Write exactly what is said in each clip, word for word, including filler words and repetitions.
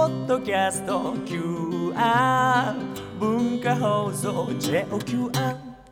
ッドキャスト キューアール 文化放送 ジェイオーキューアール。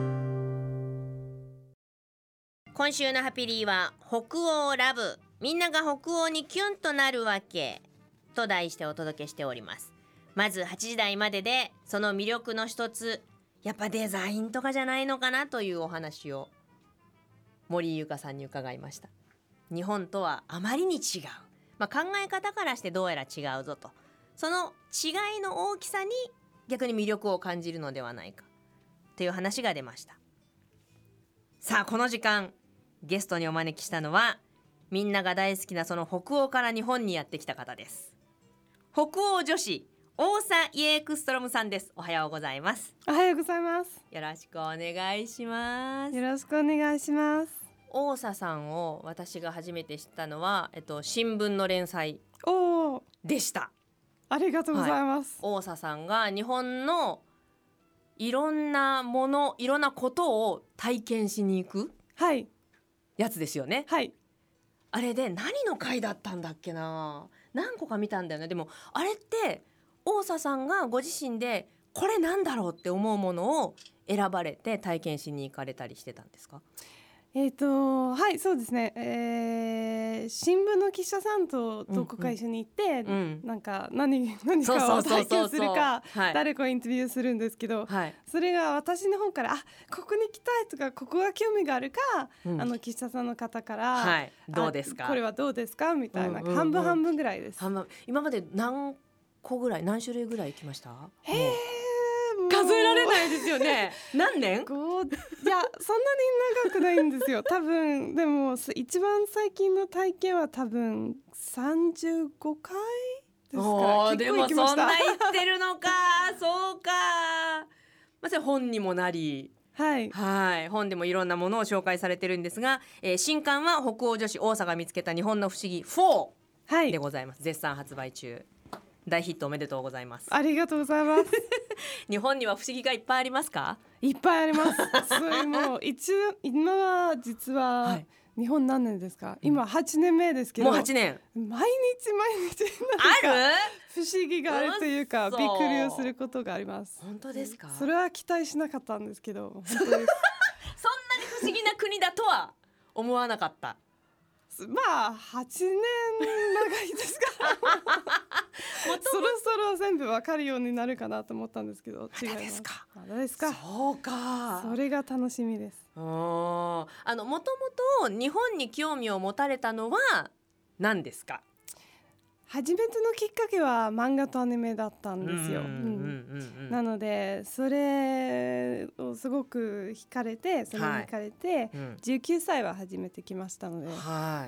今週のハピリーは北欧ラブ、みんなが北欧にキュンとなるわけと題してお届けしております。まずはちじ台まででその魅力の一つ、やっぱデザインとかじゃないのかなというお話を森井ゆかさんに伺いました。日本とはあまりに違う、まあ、考え方からしてどうやら違うぞと、その違いの大きさに逆に魅力を感じるのではないかという話が出ました。さあこの時間ゲストにお招きしたのは、みんなが大好きなその北欧から日本にやってきた方です。北欧女子オーサ・イエークストロムさんです。おはようございます。 おはようございます。 よろしくお願いします。 よろしくお願いします。 オーサさんを私が初めて知ったのは、えっと、新聞の連載おでした。 ありがとうございます。 はい、オーサさんが日本のいろんなもの、いろんなことを体験しに行くやつですよね。 はい。 あれで何の回だったんだっけな、何個か見たんだよね。でもあれって大佐さんがご自身でこれなんだろうって思うものを選ばれて体験しに行かれたりしてたんですか？ えーとはいそうですね、えー、新聞の記者さんとどこか一緒に行って、うんうん、なんか 何, 何かを体験するか、誰かをインタビューするんですけど、はい、それが私の方からあここに行きたいとかここが興味があるか、うん、あの記者さんの方から、はい、どうですかこれはどうですかみたいな、うんうんうん、半分半分ぐらいです。半分。今まで何個ぐらい何種類ぐらい行きました？へー数えられないですよね。何年？ ごいやそんなに長くないんですよ。多分でも一番最近の体験は多分さんじゅうごかいですか。 おでもそんな言ってるのか。そうか。まさに本にもなり、はい、はい本でもいろんなものを紹介されてるんですが、えー、新刊は北欧女子大佐が見つけた日本の不思議フォーでございます。はい、絶賛発売中。大ヒットおめでとうございます。 ありがとうございます。 日本には不思議がいっぱいありますか？ いっぱいあります。それも一今は実は、はい、日本何年ですか？今はちねんめですけど、 もうはちねん毎日毎日なんか不思議があるというかびっくりをすることがあります。 本当ですか？ それは期待しなかったんですけど本当です。そんなに不思議な国だとは思わなかった。 まあはちねん長いですからそろそろ全部わかるようになるかなと思ったんですけど、 違います。まだですか？ まだですか？ そうか。 それが楽しみです。 あのもともと日本に興味を持たれたのは何ですか？ 初めてのきっかけは漫画とアニメだったんですよ。なのでそれをすごく惹かれてそれに惹かれて、はいうん、じゅうきゅうさいは初めて来ましたので、はい、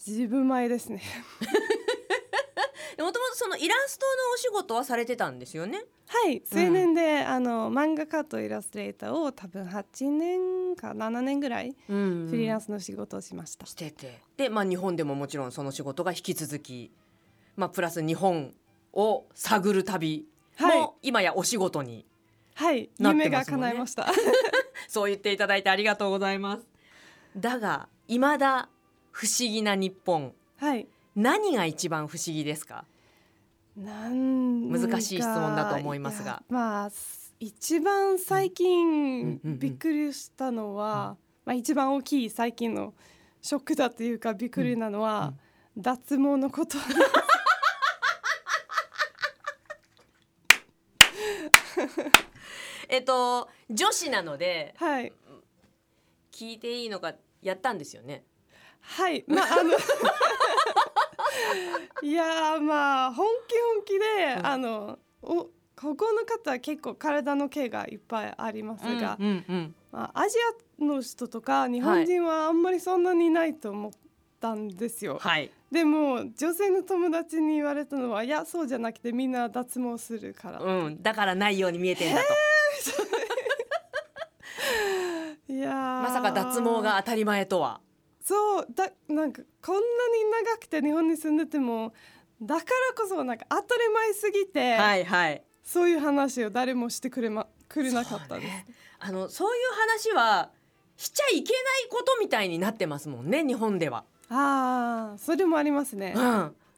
自分前ですね。 もともとそのイラストのお仕事はされてたんですよね。 はい、青年で、うん、あの漫画家とイラストレーターを多分はちねんかななねんぐらいフリーランスの仕事をしました。 しててで、まあ、日本でももちろんその仕事が引き続き、まあ、プラス日本を探る旅も、はい、今やお仕事になってますもんね。はい、夢が叶いました。そう言っていただいてありがとうございます。だが未だ不思議な日本、はい、何が一番不思議ですか？なん難しい質問だと思いますが、 まあ、一番最近びっくりしたのは、うんうんうんまあ、一番大きい最近のショックだというかびっくりなのは、うんうん、脱毛のことえっと女子なので、 はい、 聞いていいのかやったんですよね。 はいまああのいやまあ本気本気で、うん、あのおここの方は結構体の毛がいっぱいありますが、うんうんうんまあ、アジアの人とか日本人はあんまりそんなにいないと思ったんですよ。はい、でも女性の友達に言われたのはいやそうじゃなくてみんな脱毛するから、 うん、だからないように見えてんだと。いやまさか脱毛が当たり前とは。 そうだなんかこんなに長くて日本に住んでてもだからこそなんか当たり前すぎて、はいはい、そういう話を誰もしてくれ、ま、くれなかったです。そうね、 あのそういう話はしちゃいけないことみたいになってますもんね日本では。 ああそれもありますね、 うん、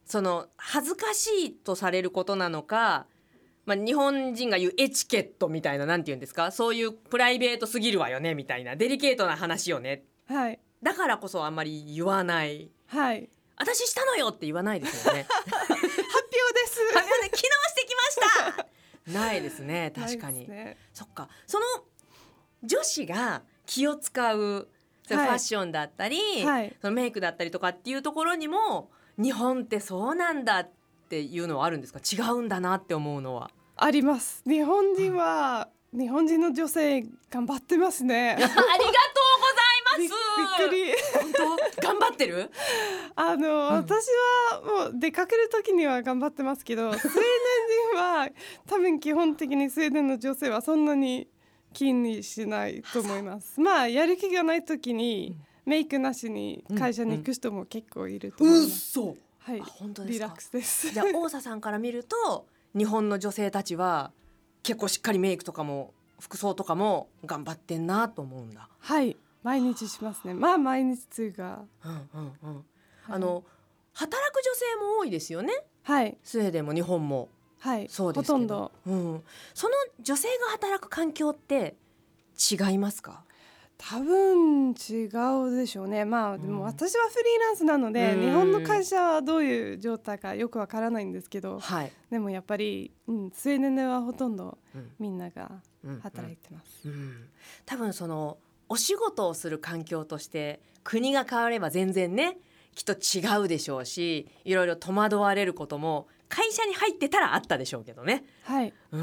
その恥ずかしいとされることなのか、まあ、日本人が言うエチケットみたいな、なんて言うんですか、そういうプライベートすぎるわよねみたいな、デリケートな話よね、 はい、 だからこそあんまり言わない、 はい、 私したのよって言わないですよね発表です昨日してきましたないですね、確かに、ね、そっか、その女子が気を使うファッションだったり、はい、そのメイクだったりとかっていうところにも日本ってそうなんだっていうのはあるんですか？違うんだなって思うのはあります。日本人は、うん、日本人の女性頑張ってますねありがとうございますびっくり本当頑張ってるあの、うん、私はもう出かける時には頑張ってますけどスウェーデン人は多分基本的にスウェーデンの女性はそんなに気にしないと思います。まあやる気がない時に、うん、メイクなしに会社に行く人も結構いると思います、 うんうん、 はい、 本当ですか？ リラックスですじゃあ大佐さんから見ると日本の女性たちは結構しっかりメイクとかも服装とかも頑張ってんなと思うんだ。 はい、毎日しますね。まあ毎日というか、 うんうんうん、あの、はい、働く女性も多いですよね。 はい、 スウェーデンも日本も、 はい、 そうですけど、 ほとんど、 うん、その女性が働く環境って違いますか？ 多分違うでしょうね。まあでも私はフリーランスなので、うん、日本の会社はどういう状態かよくわからないんですけど、はい、でもやっぱり、うん、スウェーデンではほとんどみんなが働いてます、 うんうんうん、多分そのお仕事をする環境として国が変われば全然ねきっと違うでしょうし、いろいろ戸惑われることも会社に入ってたらあったでしょうけどね、 はい、 うん、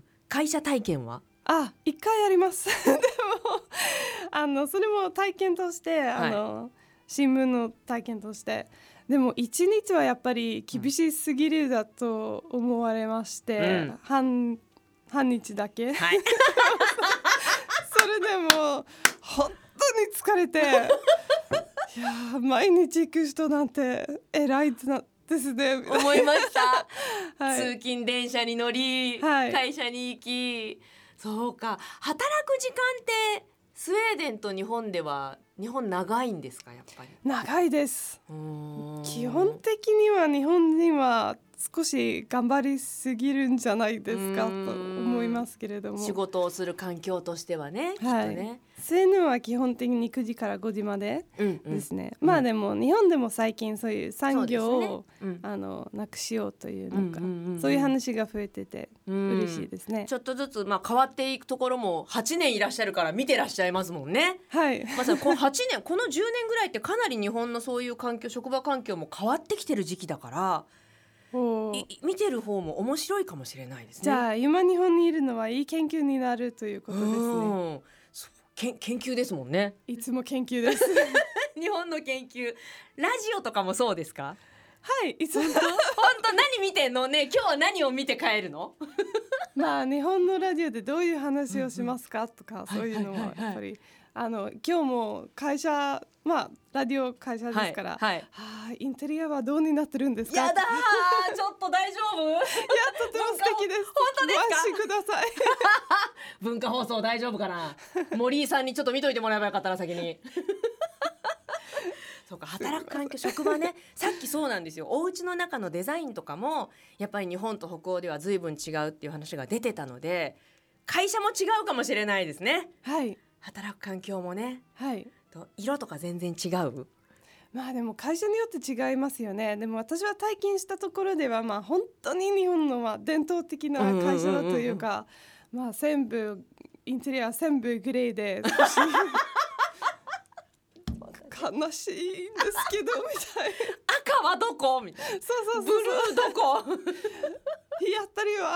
会社体験はあ、一回ありますでもあのそれも体験として、はい、あの新聞の体験として、でも一日はやっぱり厳しすぎるだと思われまして、うん、半, 半日だけ、はい、それでも本当に疲れていや毎日行く人なんて偉いなですね思いました、はい、通勤電車に乗り、はい、会社に行き、そうか、働く時間ってスウェーデンと日本では日本長いんですか？やっぱり長いです。基本的には日本人は少し頑張りすぎるんじゃないですかと思いますけれども、 仕事をする環境としてはね、 はい、きっとね、スウェーデンは基本的にくじからごじまでですね、うんうん、まあでも日本でも最近そういう産業を、ね、うん、あのなくしようというのか、うんうんうんうん、そういう話が増えてて嬉しいですね。 ちょっとずつ、まあ、変わっていくところもはちねんいらっしゃるから見てらっしゃいますもんね。 はい、 まさにこのはちねんこのじゅうねんぐらいってかなり日本のそういう環境、職場環境も変わってきてる時期だから見てる方も面白いかもしれないですね。 じゃあ今日本にいるのはいい研究になるということですね。 うん、そう、け研究ですもんね。 いつも研究です日本の研究、ラジオとかもそうですか？ はい、いつも本当何見てんのね、今日は何を見て帰るのまあ日本のラジオでどういう話をしますか、うんうん、とかそういうのはやっぱり、はいはいはい、あの今日も会社、まあラジオ会社ですから、はいはい、はインテリアはどうになってるんですか？ やだーちょっと大丈夫？いやとても素敵です。 本当ですか？ ご安心ください文化放送大丈夫かな森井さんにちょっと見といてもらえばよかったな先にそうか、働く環境、職場ねさっきそうなんですよ、お家の中のデザインとかもやっぱり日本と北欧では随分違うっていう話が出てたので、会社も違うかもしれないですね。 はい、 働く環境もね、 はい、 と色とか全然違う。 まあでも会社によって違いますよね。でも私は体験したところでは、まあ本当に日本のは伝統的な会社だというか、まあ全部インテリア全部グレーで悲しいんですけどみたいな赤はどこみたいな、 そうそうそうそう、 ブルーどこ日当たりは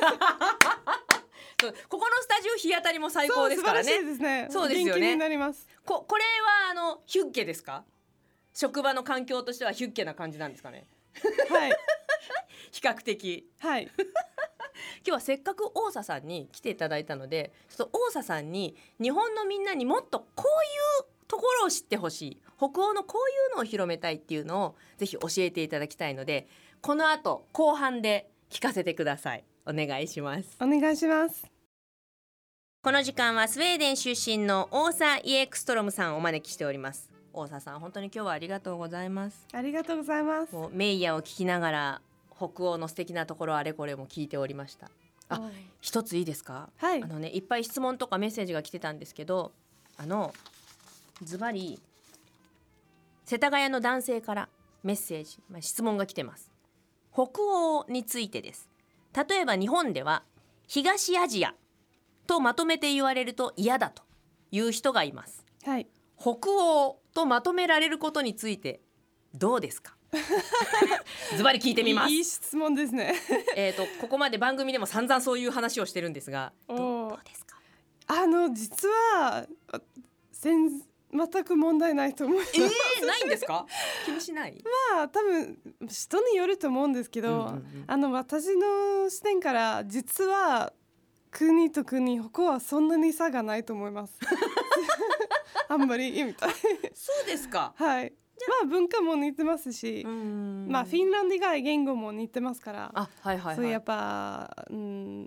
ここのスタジオ日当たりも最高ですからね。 そう、素晴らしいですね。 そうですよね。 元気になります。 こ, これはあのヒュッゲですか？職場の環境としてはヒュッゲな感じなんですかね？ はい比較的、 はい今日はせっかく大佐さんに来ていただいたので、ちょっと大佐さんに日本のみんなにもっとこういうところを知ってほしい、北欧のこういうのを広めたいっていうのをぜひ教えていただきたいので、この後後半で聞かせてください。お願いします。 お願いします。 この時間はスウェーデン出身のオーサ・イエクストロムさんをお招きしております。 大沢さん本当に今日はありがとうございます。 ありがとうございます。 もうメイヤーを聞きながら北欧の素敵なところあれこれも聞いておりました。あ、一ついいですか。 はい。 あのね、いっぱい質問とかメッセージが来てたんですけど、あのズバリ世田谷の男性からメッセージ、まあ、質問が来てます。北欧についてです。例えば日本では東アジアとまとめて言われると嫌だという人がいます。 はい。 北欧とまとめられることについてどうですか。ズバリ聞いてみます。 いい質問ですね。 えーとここまで番組でも散々そういう話をしてるんですが、ど, どうですか。 あの実は全全く問題ないと思います。 えー、ないんですか。気にしない。 まあ多分人によると思うんですけど、うんうんうん、あの私の視点から実は国と国北欧はそんなに差がないと思います。あんまりみたい。 そうですか。 はい。まあ文化も似てますし、まあフィンランド以外言語も似てますから、 あ、はいはいはい、 そうやっぱ、うん、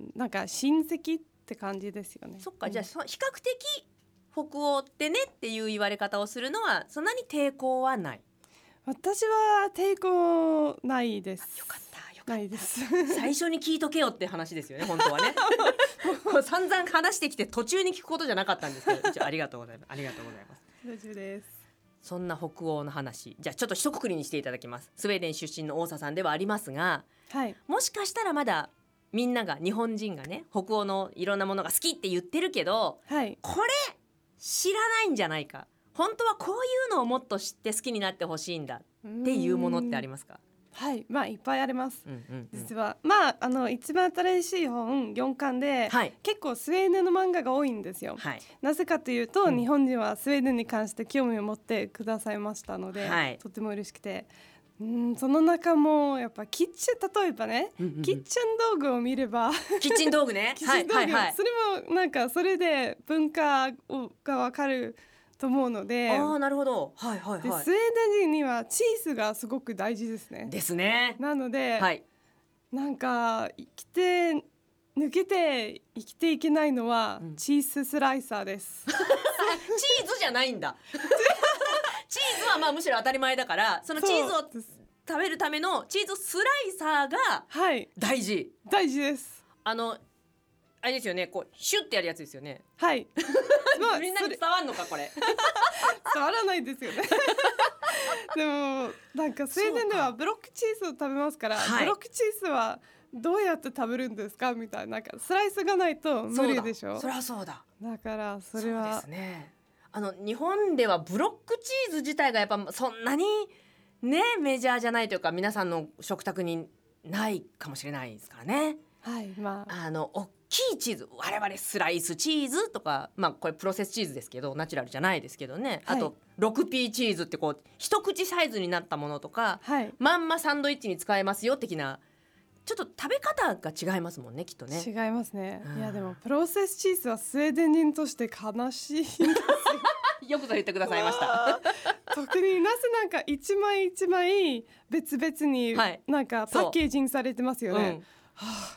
なんか親戚って感じですよね。 そっか、じゃあ比較的北欧ってねっていう言われ方をするのはそんなに抵抗はない。 私は抵抗ないです。 よかったよかった。 ないです。 最初に聞いとけよって話ですよね本当はね。もう散々話してきて途中に聞くことじゃなかったんですけど、ありがとうございます。ありがとうございます。 大丈夫です。 そんな北欧の話、じゃあちょっと一括りにしていただきます。スウェーデン出身の大沢さんではありますが、 はい、 もしかしたらまだみんなが日本人がね北欧のいろんなものが好きって言ってるけど、 はい、 これ知らないんじゃないか、本当はこういうのをもっと知って好きになってほしいんだっていうものってありますか。 はい、まあいっぱいあります、 うんうんうん、 実はまああの一番新しい本よんかんで、はい、結構スウェーデンの漫画が多いんですよ、はい、なぜかというと、うん、日本人はスウェーデンに関して興味を持ってくださいましたので、はい、とても嬉しくて、うん、その中もやっぱキッチン、例えばね、うんうんうん、キッチン道具を見ればキッチン道具ねキッチン道具、はいはいはい、それもなんかそれで文化がわかると思うので、 あー、なるほど、はいはいはい、 でスウェーデン人にはチーズがすごく大事ですね。 ですね。 なので、 はい、 なんか生きて抜けて生きていけないのは、うん、チーズスライサーです。 チーズじゃないんだ。チーズはまあむしろ当たり前だから、そのチーズを食べるためのチーズスライサーが大事、 はい、大事です。 あのあれですよね、こうシュッてやるやつですよね。 はい。 まあ、みんなに伝わんのかこれ。 伝わらないですよね。でもなんかスウェーデンではブロックチーズを食べますから、ブロックチーズはどうやって食べるんですかみたいな、なんかスライスがないと無理でしょ。 そりゃそうだ。 だからそれはそうですね。あの日本ではブロックチーズ自体がやっぱそんなにねメジャーじゃないというか、皆さんの食卓にないかもしれないですからね。 はい、まああの大きいチーズ、我々スライスチーズとか、まあこれプロセスチーズですけどナチュラルじゃないですけどね、はい、あと ろくピー チーズってこう一口サイズになったものとか、はい、まんまサンドイッチに使えますよ的な、ちょっと食べ方が違いますもんね、きっとね。 違いますね、うん、いやでもプロセスチーズはスウェーデン人として悲しいんですよ。 よくぞ言ってくださいました。 特になぜなんか一枚一枚別々になんかパッケージングされてますよね、はい、うん、はあ、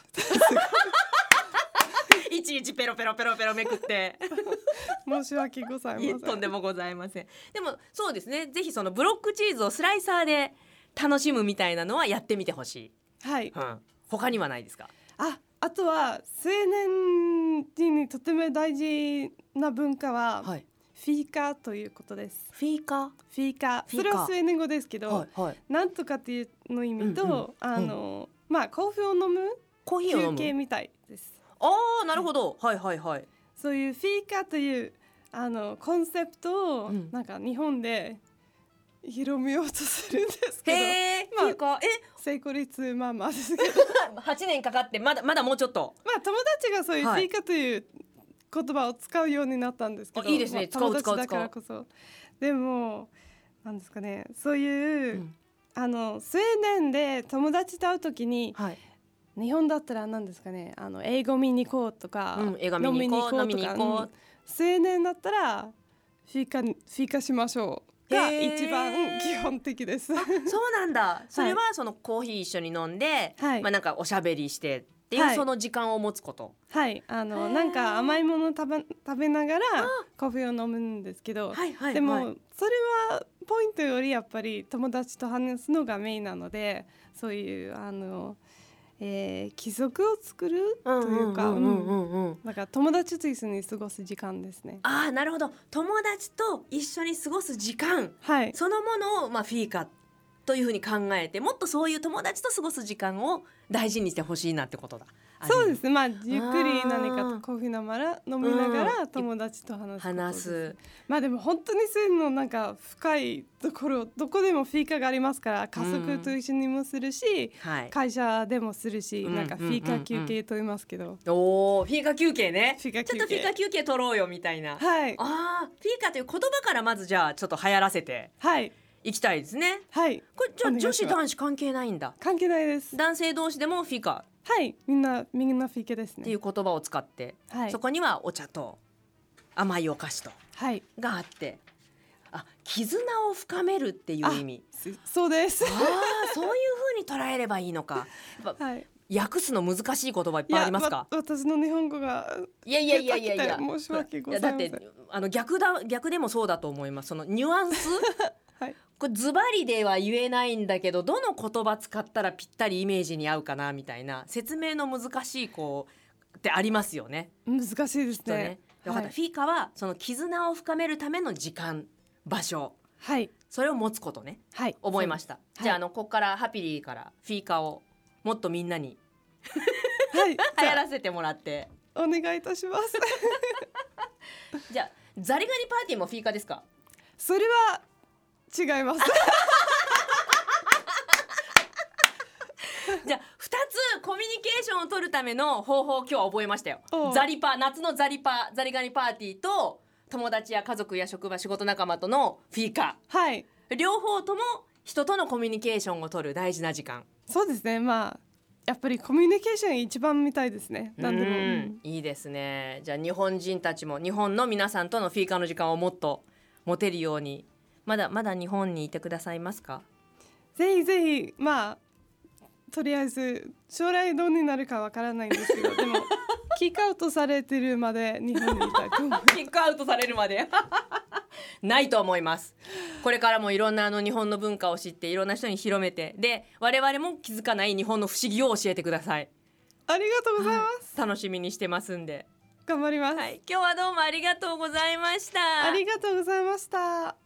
いちいちペロペロペロペロめくって申し訳ございません。 とんでもございません。でもそうですね、ぜひそのブロックチーズをスライサーで楽しむみたいなのはやってみてほしい。 はい、 うん、他にはないですか。 あ、あとはスウェーデン人にとても大事な文化は、はい、フィーカということです。 フィーカ、 フィーカ、それはスウェーデン語ですけど、はいはい、なんとかっていうの意味と、うんうん、あの、うん、まあコーヒーを飲むコーヒーを飲む休憩みたいです。 あー、なるほど、はいはいはい。 そういうフィーカというあのコンセプトを、うん、なんか日本で広めようとするんですけど、 へー、まあ、フィーカ、え成功率まあまあですけどはちねんかかってまだまだもうちょっと、 まあ友達がそういうフィーカという言葉を使うようになったんですけど、 いいですね、 まあ、友達だからこそ。でもなんですかね、そういう、うん、あのスウェーデンで友達と会うときに、はい、日本だったら何ですかね、あの映画見に行こうとか、うん、映画見に行こう飲みに行こう、スウェーデンだったらフィーカフィーカしましょうが一番基本的です。 そうなんだ。それはそのコーヒー一緒に飲んで、はい、まあなんかおしゃべりしてっていう、はい、その時間を持つこと。 はい、あのなんか甘いもの食べ、食べながらコーヒーを飲むんですけど、はいはいはい、でもそれはポイントよりやっぱり友達と話すのがメインなので、そういうあの、えー、規則を作るというか、なんか友達と一緒に過ごす時間ですね。 ああ、なるほど。友達と一緒に過ごす時間、はい、そのものを、まあ、フィーカというふうに考えて、もっとそういう友達と過ごす時間を大事にしてほしいなってことだ。 そうですね、まあ、ゆっくり何かコーヒー飲まら飲みながら友達と話す話す。 まあでも本当にそういうのなんか深いところ、どこでもフィーカがありますから、家族と一緒にもするし、はい、会社でもするし、なんかフィーカ休憩と言いますけど、うんうんうん、 おー、フィーカ休憩ね。ちょっとフィーカ休憩取ろうよみたいな、 はい、 あー、フィーカという言葉からまずじゃあちょっと流行らせて、はい、行きたいですね。 はい。 これじゃあ女子男子関係ないんだ。 関係ないです。 男性同士でもフィーカ。 はい、みんなみんなフィーカですね。 っていう言葉を使って、はい、そこにはお茶と甘いお菓子と、はい、があって、あ、絆を深めるっていう意味。 そうです。 ああ、そういう風に捉えればいいのか。はい、訳すの難しい言葉いっぱいありますか。 私の日本語がいやいやいやいやいや、 申し訳ございません。 いやだってあの逆だ逆でもそうだと思います。そのニュアンス。はい、これズバリでは言えないんだけど、どの言葉使ったらぴったりイメージに合うかなみたいな説明の難しいこうってありますよね。 難しいですね。ね、 よかった、はい、フィーカはその絆を深めるための時間、場所、 はい、 それを持つことね、はい、思いました。はい、じゃあ、あのここからハピリーからフィーカをもっとみんなに、はい、流行らせてもらってお願いいたします。 じゃあザリガニパーティーもフィーカですか。 それは違います。 じゃあふたつコミュニケーションを取るための方法を今日は覚えましたよ。ザリパ、夏のザリパザリガニパーティーと友達や家族や職場仕事仲間とのフィーカ、はい、両方とも人とのコミュニケーションを取る大事な時間。 そうですね、まあやっぱりコミュニケーション一番みたいですね。なんでも、うん、 いいですね。じゃあ日本人たちも日本の皆さんとのフィーカの時間をもっと持てるように、まだまだ日本にいてくださいますか。 ぜひぜひ、まあとりあえず将来どうになるかわからないんですけど、でもキックアウトされてるまで日本にいたいと思います。 キックアウトされるまでないと思います。これからもいろんなあの日本の文化を知って、いろんな人に広めて、で我々も気づかない日本の不思議を教えてください。 ありがとうございます、 はい、楽しみにしてますんで頑張ります。 はい、今日はどうもありがとうございました。 ありがとうございました。